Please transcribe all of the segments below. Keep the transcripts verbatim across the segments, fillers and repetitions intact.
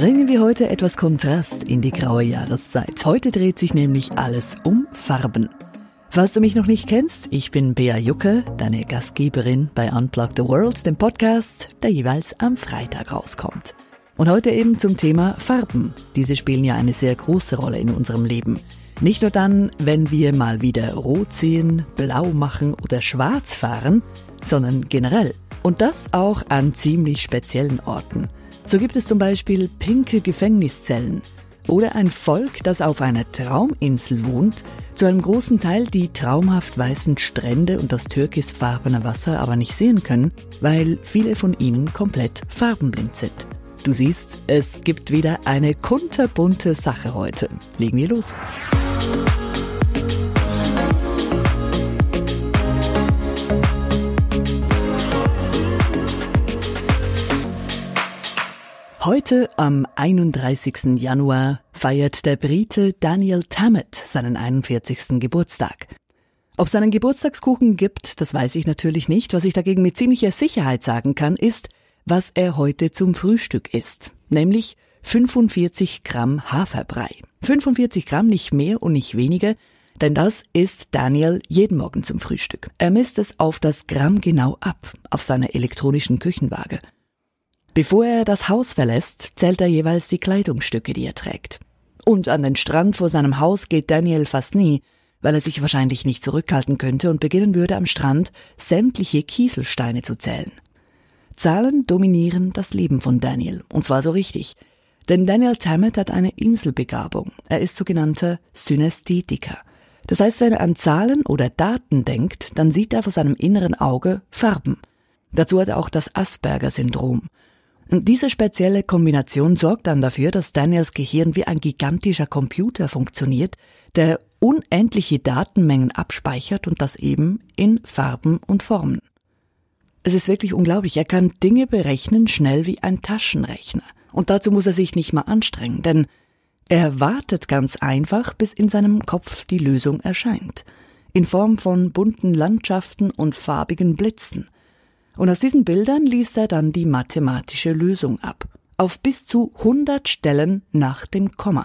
Bringen wir heute etwas Kontrast in die graue Jahreszeit. Heute dreht sich nämlich alles um Farben. Falls du mich noch nicht kennst, ich bin Bea Jucker, deine Gastgeberin bei Unplug the World, dem Podcast, der jeweils am Freitag rauskommt. Und heute eben zum Thema Farben. Diese spielen ja eine sehr große Rolle in unserem Leben. Nicht nur dann, wenn wir mal wieder rot sehen, blau machen oder schwarz fahren, sondern generell. Und das auch an ziemlich speziellen Orten. So gibt es zum Beispiel pinke Gefängniszellen oder ein Volk, das auf einer Trauminsel wohnt, zu einem großen Teil die traumhaft weißen Strände und das türkisfarbene Wasser aber nicht sehen können, weil viele von ihnen komplett farbenblind sind. Du siehst, es gibt wieder eine kunterbunte Sache heute. Legen wir los. Heute, am einunddreißigsten Januar, feiert der Brite Daniel Tammet seinen einundvierzigsten Geburtstag. Ob es einen Geburtstagskuchen gibt, das weiß ich natürlich nicht. Was ich dagegen mit ziemlicher Sicherheit sagen kann, ist, was er heute zum Frühstück isst. Nämlich fünfundvierzig Gramm Haferbrei. fünfundvierzig Gramm, nicht mehr und nicht weniger, denn das isst Daniel jeden Morgen zum Frühstück. Er misst es auf das Gramm genau ab, auf seiner elektronischen Küchenwaage. Bevor er das Haus verlässt, zählt er jeweils die Kleidungsstücke, die er trägt. Und an den Strand vor seinem Haus geht Daniel fast nie, weil er sich wahrscheinlich nicht zurückhalten könnte und beginnen würde, am Strand sämtliche Kieselsteine zu zählen. Zahlen dominieren das Leben von Daniel, und zwar so richtig. Denn Daniel Tammet hat eine Inselbegabung. Er ist sogenannter Synästhetiker. Das heißt, wenn er an Zahlen oder Daten denkt, dann sieht er vor seinem inneren Auge Farben. Dazu hat er auch das Asperger-Syndrom. Und diese spezielle Kombination sorgt dann dafür, dass Daniels Gehirn wie ein gigantischer Computer funktioniert, der unendliche Datenmengen abspeichert und das eben in Farben und Formen. Es ist wirklich unglaublich, er kann Dinge berechnen schnell wie ein Taschenrechner. Und dazu muss er sich nicht mal anstrengen, denn er wartet ganz einfach, bis in seinem Kopf die Lösung erscheint. In Form von bunten Landschaften und farbigen Blitzen. Und aus diesen Bildern liest er dann die mathematische Lösung ab. Auf bis zu hundert Stellen nach dem Komma.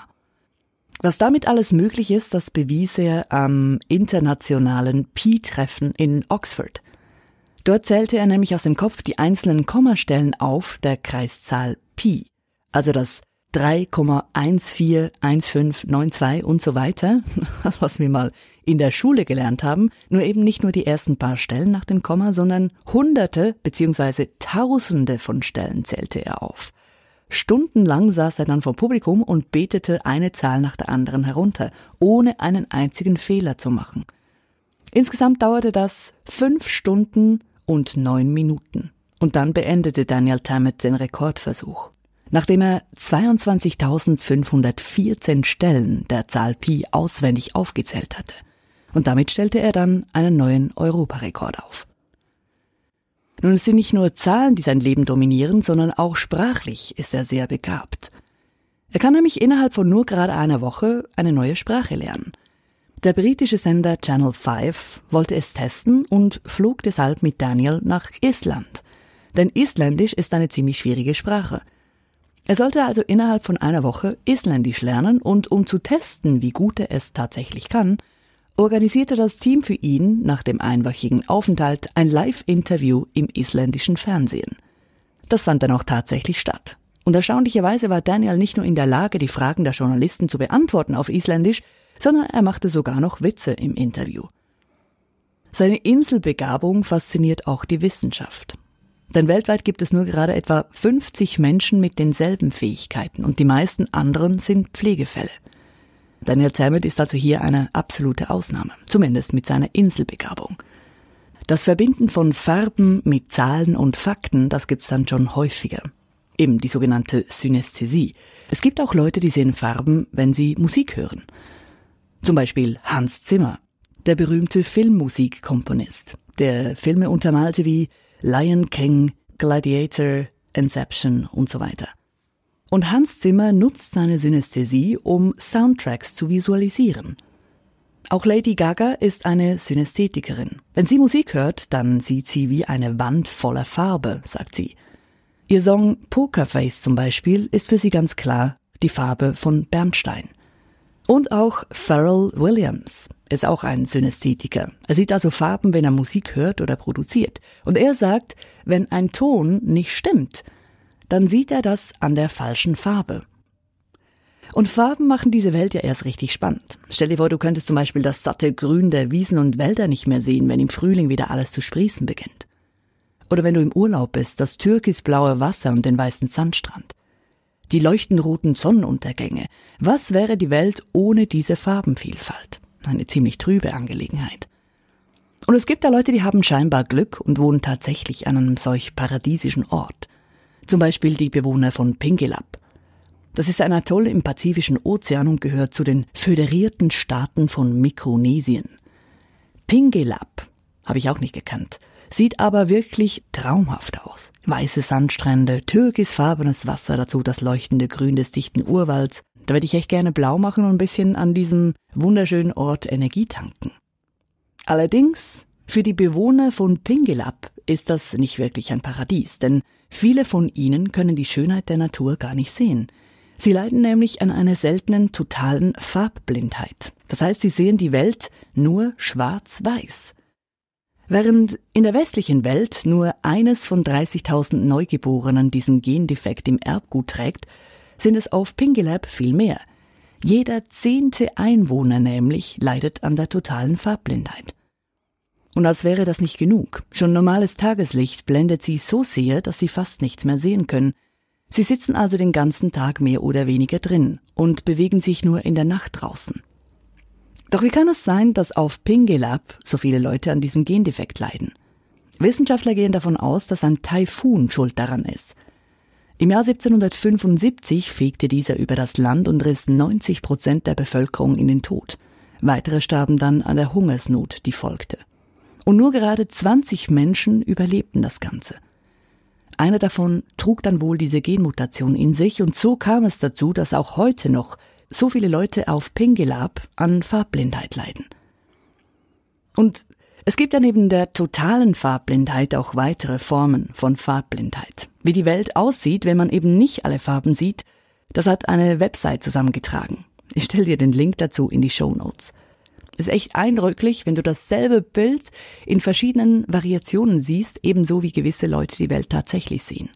Was damit alles möglich ist, das bewies er am internationalen Pi-Treffen in Oxford. Dort zählte er nämlich aus dem Kopf die einzelnen Kommastellen auf der Kreiszahl Pi. Also das drei Komma eins vier eins fünf neun zwei und so weiter, was wir mal in der Schule gelernt haben, nur eben nicht nur die ersten paar Stellen nach dem Komma, sondern Hunderte bzw. Tausende von Stellen zählte er auf. Stundenlang saß er dann vor Publikum und betete eine Zahl nach der anderen herunter, ohne einen einzigen Fehler zu machen. Insgesamt dauerte das fünf Stunden und neun Minuten. Und dann beendete Daniel Tammet den Rekordversuch. Nachdem er zweiundzwanzigtausendfünfhundertvierzehn Stellen der Zahl Pi auswendig aufgezählt hatte. Und damit stellte er dann einen neuen Europarekord auf. Nun, es sind nicht nur Zahlen, die sein Leben dominieren, sondern auch sprachlich ist er sehr begabt. Er kann nämlich innerhalb von nur gerade einer Woche eine neue Sprache lernen. Der britische Sender Channel fünf wollte es testen und flog deshalb mit Daniel nach Island. Denn Isländisch ist eine ziemlich schwierige Sprache. Er sollte also innerhalb von einer Woche Isländisch lernen und um zu testen, wie gut er es tatsächlich kann, organisierte das Team für ihn nach dem einwöchigen Aufenthalt ein Live-Interview im isländischen Fernsehen. Das fand dann auch tatsächlich statt. Und erstaunlicherweise war Daniel nicht nur in der Lage, die Fragen der Journalisten zu beantworten auf Isländisch, sondern er machte sogar noch Witze im Interview. Seine Inselbegabung fasziniert auch die Wissenschaft. Denn weltweit gibt es nur gerade etwa fünfzig Menschen mit denselben Fähigkeiten und die meisten anderen sind Pflegefälle. Daniel Tammet ist also hier eine absolute Ausnahme, zumindest mit seiner Inselbegabung. Das Verbinden von Farben mit Zahlen und Fakten, das gibt's dann schon häufiger. Eben die sogenannte Synästhesie. Es gibt auch Leute, die sehen Farben, wenn sie Musik hören. Zum Beispiel Hans Zimmer, der berühmte Filmmusikkomponist, der Filme untermalte wie Lion King, Gladiator, Inception und so weiter. Und Hans Zimmer nutzt seine Synästhesie, um Soundtracks zu visualisieren. Auch Lady Gaga ist eine Synästhetikerin. Wenn sie Musik hört, dann sieht sie wie eine Wand voller Farbe, sagt sie. Ihr Song Pokerface zum Beispiel ist für sie ganz klar die Farbe von Bernstein. Und auch Pharrell Williams ist auch ein Synästhetiker. Er sieht also Farben, wenn er Musik hört oder produziert. Und er sagt, wenn ein Ton nicht stimmt, dann sieht er das an der falschen Farbe. Und Farben machen diese Welt ja erst richtig spannend. Stell dir vor, du könntest zum Beispiel das satte Grün der Wiesen und Wälder nicht mehr sehen, wenn im Frühling wieder alles zu sprießen beginnt. Oder wenn du im Urlaub bist, das türkisblaue Wasser und den weißen Sandstrand. Die leuchtend roten Sonnenuntergänge. Was wäre die Welt ohne diese Farbenvielfalt? Eine ziemlich trübe Angelegenheit. Und es gibt da Leute, die haben scheinbar Glück und wohnen tatsächlich an einem solch paradiesischen Ort. Zum Beispiel die Bewohner von Pingelap. Das ist ein Atoll im Pazifischen Ozean und gehört zu den föderierten Staaten von Mikronesien. Pingelap habe ich auch nicht gekannt. Sieht aber wirklich traumhaft aus. Weiße Sandstrände, türkisfarbenes Wasser, dazu das leuchtende Grün des dichten Urwalds. Da würde ich echt gerne blau machen und ein bisschen an diesem wunderschönen Ort Energie tanken. Allerdings, für die Bewohner von Pingelap ist das nicht wirklich ein Paradies, denn viele von ihnen können die Schönheit der Natur gar nicht sehen. Sie leiden nämlich an einer seltenen totalen Farbblindheit. Das heißt, sie sehen die Welt nur schwarz-weiß. Während in der westlichen Welt nur eines von dreißigtausend Neugeborenen diesen Gendefekt im Erbgut trägt, sind es auf Pingelap viel mehr. Jeder zehnte Einwohner nämlich leidet an der totalen Farbblindheit. Und als wäre das nicht genug. Schon normales Tageslicht blendet sie so sehr, dass sie fast nichts mehr sehen können. Sie sitzen also den ganzen Tag mehr oder weniger drin und bewegen sich nur in der Nacht draußen. Doch wie kann es sein, dass auf Pingelap so viele Leute an diesem Gendefekt leiden? Wissenschaftler gehen davon aus, dass ein Taifun schuld daran ist. Im Jahr siebzehnhundertfünfundsiebzig fegte dieser über das Land und riss neunzig Prozent der Bevölkerung in den Tod. Weitere starben dann an der Hungersnot, die folgte. Und nur gerade zwanzig Menschen überlebten das Ganze. Einer davon trug dann wohl diese Genmutation in sich und so kam es dazu, dass auch heute noch so viele Leute auf Pingelap an Farbblindheit leiden. Und es gibt ja neben der totalen Farbblindheit auch weitere Formen von Farbblindheit. Wie die Welt aussieht, wenn man eben nicht alle Farben sieht, das hat eine Website zusammengetragen. Ich stelle dir den Link dazu in die Shownotes. Ist echt eindrücklich, wenn du dasselbe Bild in verschiedenen Variationen siehst, ebenso wie gewisse Leute die Welt tatsächlich sehen.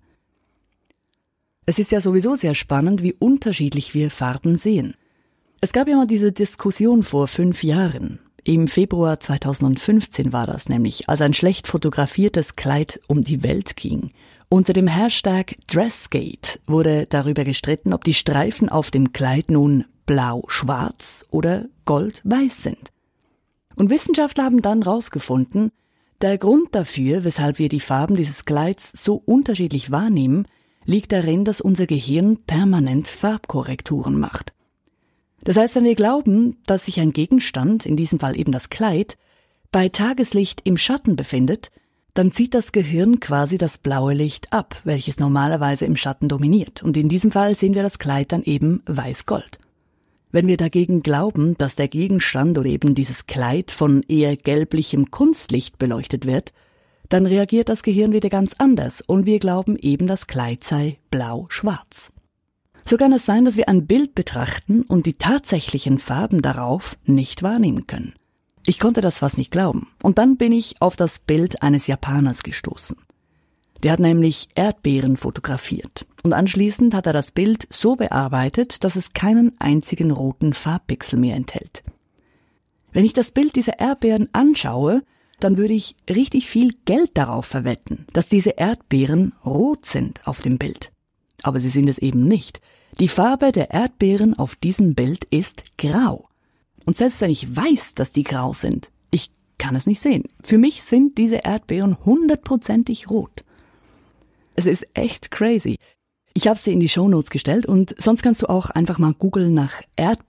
Es ist ja sowieso sehr spannend, wie unterschiedlich wir Farben sehen. Es gab ja mal diese Diskussion vor fünf Jahren. Im Februar zweitausendfünfzehn war das nämlich, als ein schlecht fotografiertes Kleid um die Welt ging. Unter dem Hashtag Dressgate wurde darüber gestritten, ob die Streifen auf dem Kleid nun blau-schwarz oder gold-weiß sind. Und Wissenschaftler haben dann herausgefunden, der Grund dafür, weshalb wir die Farben dieses Kleids so unterschiedlich wahrnehmen, liegt darin, dass unser Gehirn permanent Farbkorrekturen macht. Das heißt, wenn wir glauben, dass sich ein Gegenstand, in diesem Fall eben das Kleid, bei Tageslicht im Schatten befindet, dann zieht das Gehirn quasi das blaue Licht ab, welches normalerweise im Schatten dominiert. Und in diesem Fall sehen wir das Kleid dann eben weiß-gold. Wenn wir dagegen glauben, dass der Gegenstand oder eben dieses Kleid von eher gelblichem Kunstlicht beleuchtet wird, dann reagiert das Gehirn wieder ganz anders und wir glauben eben, das Kleid sei blau-schwarz. So kann es sein, dass wir ein Bild betrachten und die tatsächlichen Farben darauf nicht wahrnehmen können. Ich konnte das fast nicht glauben. Und dann bin ich auf das Bild eines Japaners gestoßen. Der hat nämlich Erdbeeren fotografiert. Und anschließend hat er das Bild so bearbeitet, dass es keinen einzigen roten Farbpixel mehr enthält. Wenn ich das Bild dieser Erdbeeren anschaue, dann würde ich richtig viel Geld darauf verwetten, dass diese Erdbeeren rot sind auf dem Bild. Aber sie sind es eben nicht. Die Farbe der Erdbeeren auf diesem Bild ist grau. Und selbst wenn ich weiß, dass die grau sind, ich kann es nicht sehen. Für mich sind diese Erdbeeren hundertprozentig rot. Es ist echt crazy. Ich habe sie in die Shownotes gestellt und sonst kannst du auch einfach mal googeln nach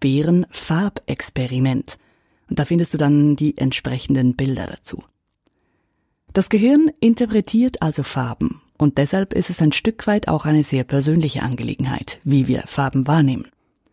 Erdbeeren-Farbexperiment. Und da findest du dann die entsprechenden Bilder dazu. Das Gehirn interpretiert also Farben und deshalb ist es ein Stück weit auch eine sehr persönliche Angelegenheit, wie wir Farben wahrnehmen.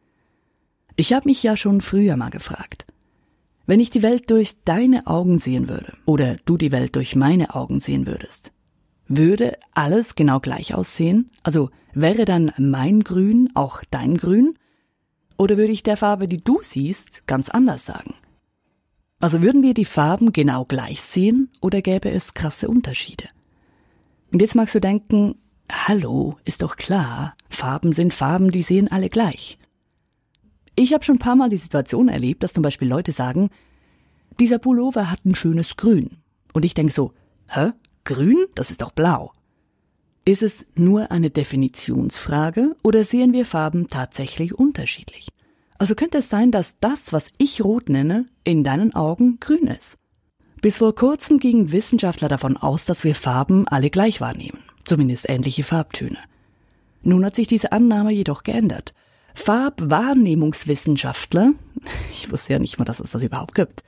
Ich habe mich ja schon früher mal gefragt, wenn ich die Welt durch deine Augen sehen würde oder du die Welt durch meine Augen sehen würdest, Würde alles genau gleich aussehen? Also wäre dann mein Grün auch dein Grün? Oder würde ich der Farbe, die du siehst, ganz anders sagen? Also würden wir die Farben genau gleich sehen oder gäbe es krasse Unterschiede? Und jetzt magst du denken, hallo, ist doch klar, Farben sind Farben, die sehen alle gleich. Ich habe schon ein paar Mal die Situation erlebt, dass zum Beispiel Leute sagen, dieser Pullover hat ein schönes Grün. Und ich denke so, hä, grün? Das ist doch blau. Ist es nur eine Definitionsfrage oder sehen wir Farben tatsächlich unterschiedlich? Also könnte es sein, dass das, was ich rot nenne, in deinen Augen grün ist. Bis vor kurzem gingen Wissenschaftler davon aus, dass wir Farben alle gleich wahrnehmen, zumindest ähnliche Farbtöne. Nun hat sich diese Annahme jedoch geändert. Farbwahrnehmungswissenschaftler, ich wusste ja nicht mal, dass es das überhaupt gibt,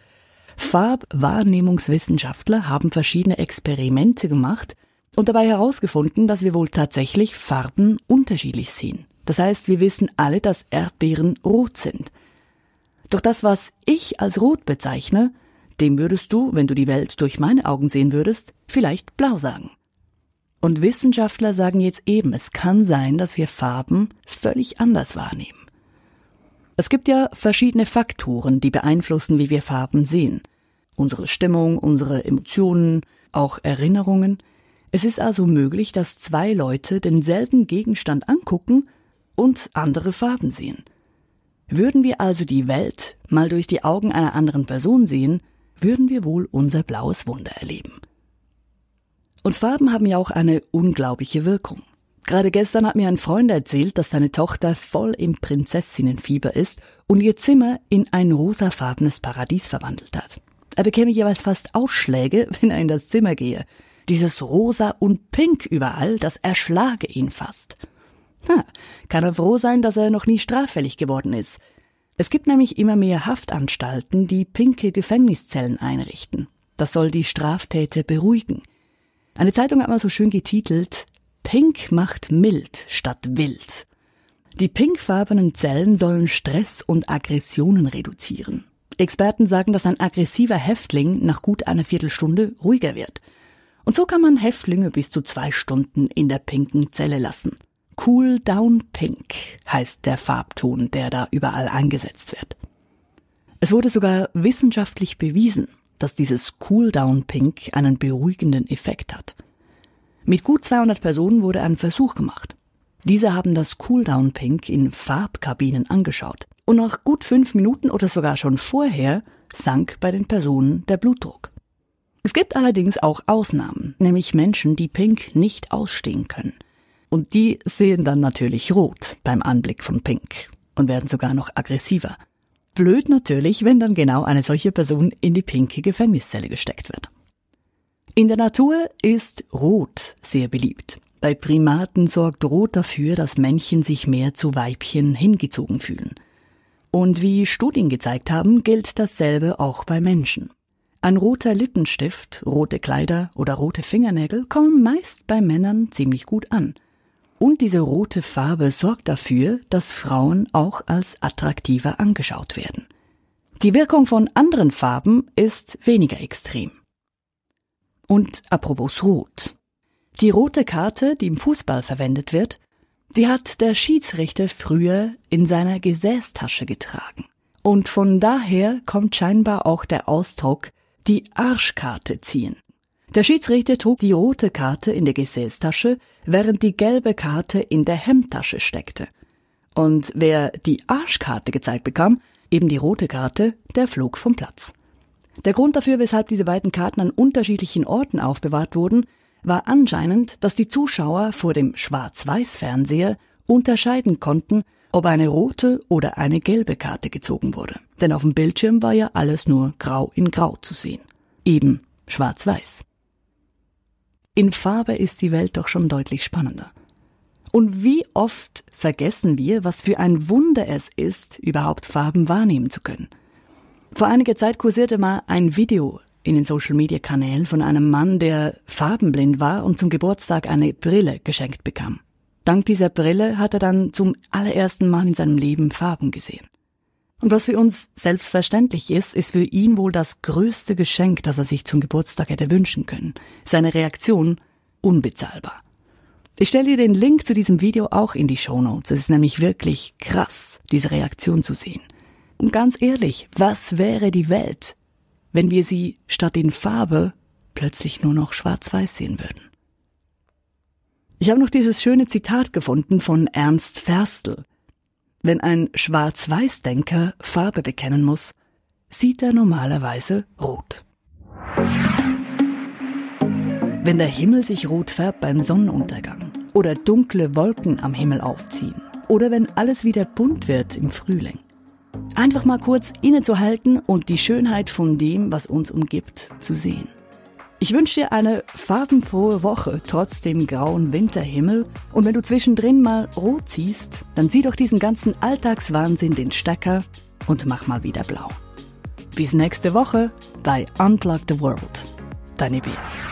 Farbwahrnehmungswissenschaftler haben verschiedene Experimente gemacht und dabei herausgefunden, dass wir wohl tatsächlich Farben unterschiedlich sehen. Das heißt, wir wissen alle, dass Erdbeeren rot sind. Doch das, was ich als rot bezeichne, dem würdest du, wenn du die Welt durch meine Augen sehen würdest, vielleicht blau sagen. Und Wissenschaftler sagen jetzt eben, es kann sein, dass wir Farben völlig anders wahrnehmen. Es gibt ja verschiedene Faktoren, die beeinflussen, wie wir Farben sehen. Unsere Stimmung, unsere Emotionen, auch Erinnerungen. Es ist also möglich, dass zwei Leute denselben Gegenstand angucken und andere Farben sehen. Würden wir also die Welt mal durch die Augen einer anderen Person sehen, würden wir wohl unser blaues Wunder erleben. Und Farben haben ja auch eine unglaubliche Wirkung. Gerade gestern hat mir ein Freund erzählt, dass seine Tochter voll im Prinzessinnenfieber ist und ihr Zimmer in ein rosafarbenes Paradies verwandelt hat. Er bekäme jeweils fast Ausschläge, wenn er in das Zimmer gehe. Dieses Rosa und Pink überall, das erschlage ihn fast. Ha, kann er froh sein, dass er noch nie straffällig geworden ist. Es gibt nämlich immer mehr Haftanstalten, die pinke Gefängniszellen einrichten. Das soll die Straftäter beruhigen. Eine Zeitung hat mal so schön getitelt, Pink macht mild statt wild. Die pinkfarbenen Zellen sollen Stress und Aggressionen reduzieren. Experten sagen, dass ein aggressiver Häftling nach gut einer Viertelstunde ruhiger wird. Und so kann man Häftlinge bis zu zwei Stunden in der pinken Zelle lassen. Cool Down Pink heißt der Farbton, der da überall eingesetzt wird. Es wurde sogar wissenschaftlich bewiesen, dass dieses Cool Down Pink einen beruhigenden Effekt hat. Mit gut zweihundert Personen wurde ein Versuch gemacht. Diese haben das Cool Down Pink in Farbkabinen angeschaut. Und nach gut fünf Minuten oder sogar schon vorher sank bei den Personen der Blutdruck. Es gibt allerdings auch Ausnahmen, nämlich Menschen, die Pink nicht ausstehen können. Und die sehen dann natürlich rot beim Anblick von Pink und werden sogar noch aggressiver. Blöd natürlich, wenn dann genau eine solche Person in die pinke Gefängniszelle gesteckt wird. In der Natur ist Rot sehr beliebt. Bei Primaten sorgt Rot dafür, dass Männchen sich mehr zu Weibchen hingezogen fühlen. Und wie Studien gezeigt haben, gilt dasselbe auch bei Menschen. Ein roter Lippenstift, rote Kleider oder rote Fingernägel kommen meist bei Männern ziemlich gut an. Und diese rote Farbe sorgt dafür, dass Frauen auch als attraktiver angeschaut werden. Die Wirkung von anderen Farben ist weniger extrem. Und apropos Rot. Die rote Karte, die im Fußball verwendet wird, die hat der Schiedsrichter früher in seiner Gesäßtasche getragen. Und von daher kommt scheinbar auch der Ausdruck die Arschkarte ziehen. Der Schiedsrichter trug die rote Karte in der Gesäßtasche, während die gelbe Karte in der Hemdtasche steckte. Und wer die Arschkarte gezeigt bekam, eben die rote Karte, der flog vom Platz. Der Grund dafür, weshalb diese beiden Karten an unterschiedlichen Orten aufbewahrt wurden, war anscheinend, dass die Zuschauer vor dem Schwarz-Weiß-Fernseher unterscheiden konnten, ob eine rote oder eine gelbe Karte gezogen wurde. Denn auf dem Bildschirm war ja alles nur grau in grau zu sehen. Eben schwarz-weiß. In Farbe ist die Welt doch schon deutlich spannender. Und wie oft vergessen wir, was für ein Wunder es ist, überhaupt Farben wahrnehmen zu können. Vor einiger Zeit kursierte mal ein Video in den Social-Media-Kanälen von einem Mann, der farbenblind war und zum Geburtstag eine Brille geschenkt bekam. Dank dieser Brille hat er dann zum allerersten Mal in seinem Leben Farben gesehen. Und was für uns selbstverständlich ist, ist für ihn wohl das größte Geschenk, das er sich zum Geburtstag hätte wünschen können. Seine Reaktion: unbezahlbar. Ich stelle dir den Link zu diesem Video auch in die Shownotes. Es ist nämlich wirklich krass, diese Reaktion zu sehen. Und ganz ehrlich, was wäre die Welt, wenn wir sie statt in Farbe plötzlich nur noch schwarz-weiß sehen würden? Ich habe noch dieses schöne Zitat gefunden von Ernst Ferstel. Wenn ein Schwarz-Weiß-Denker Farbe bekennen muss, sieht er normalerweise rot. Wenn der Himmel sich rot färbt beim Sonnenuntergang oder dunkle Wolken am Himmel aufziehen oder wenn alles wieder bunt wird im Frühling. Einfach mal kurz innezuhalten und die Schönheit von dem, was uns umgibt, zu sehen. Ich wünsche dir eine farbenfrohe Woche trotz dem grauen Winterhimmel und wenn du zwischendrin mal rot siehst, dann sieh doch diesen ganzen Alltagswahnsinn den Stecker und mach mal wieder blau. Bis nächste Woche bei Unplug the World. Deine Bea.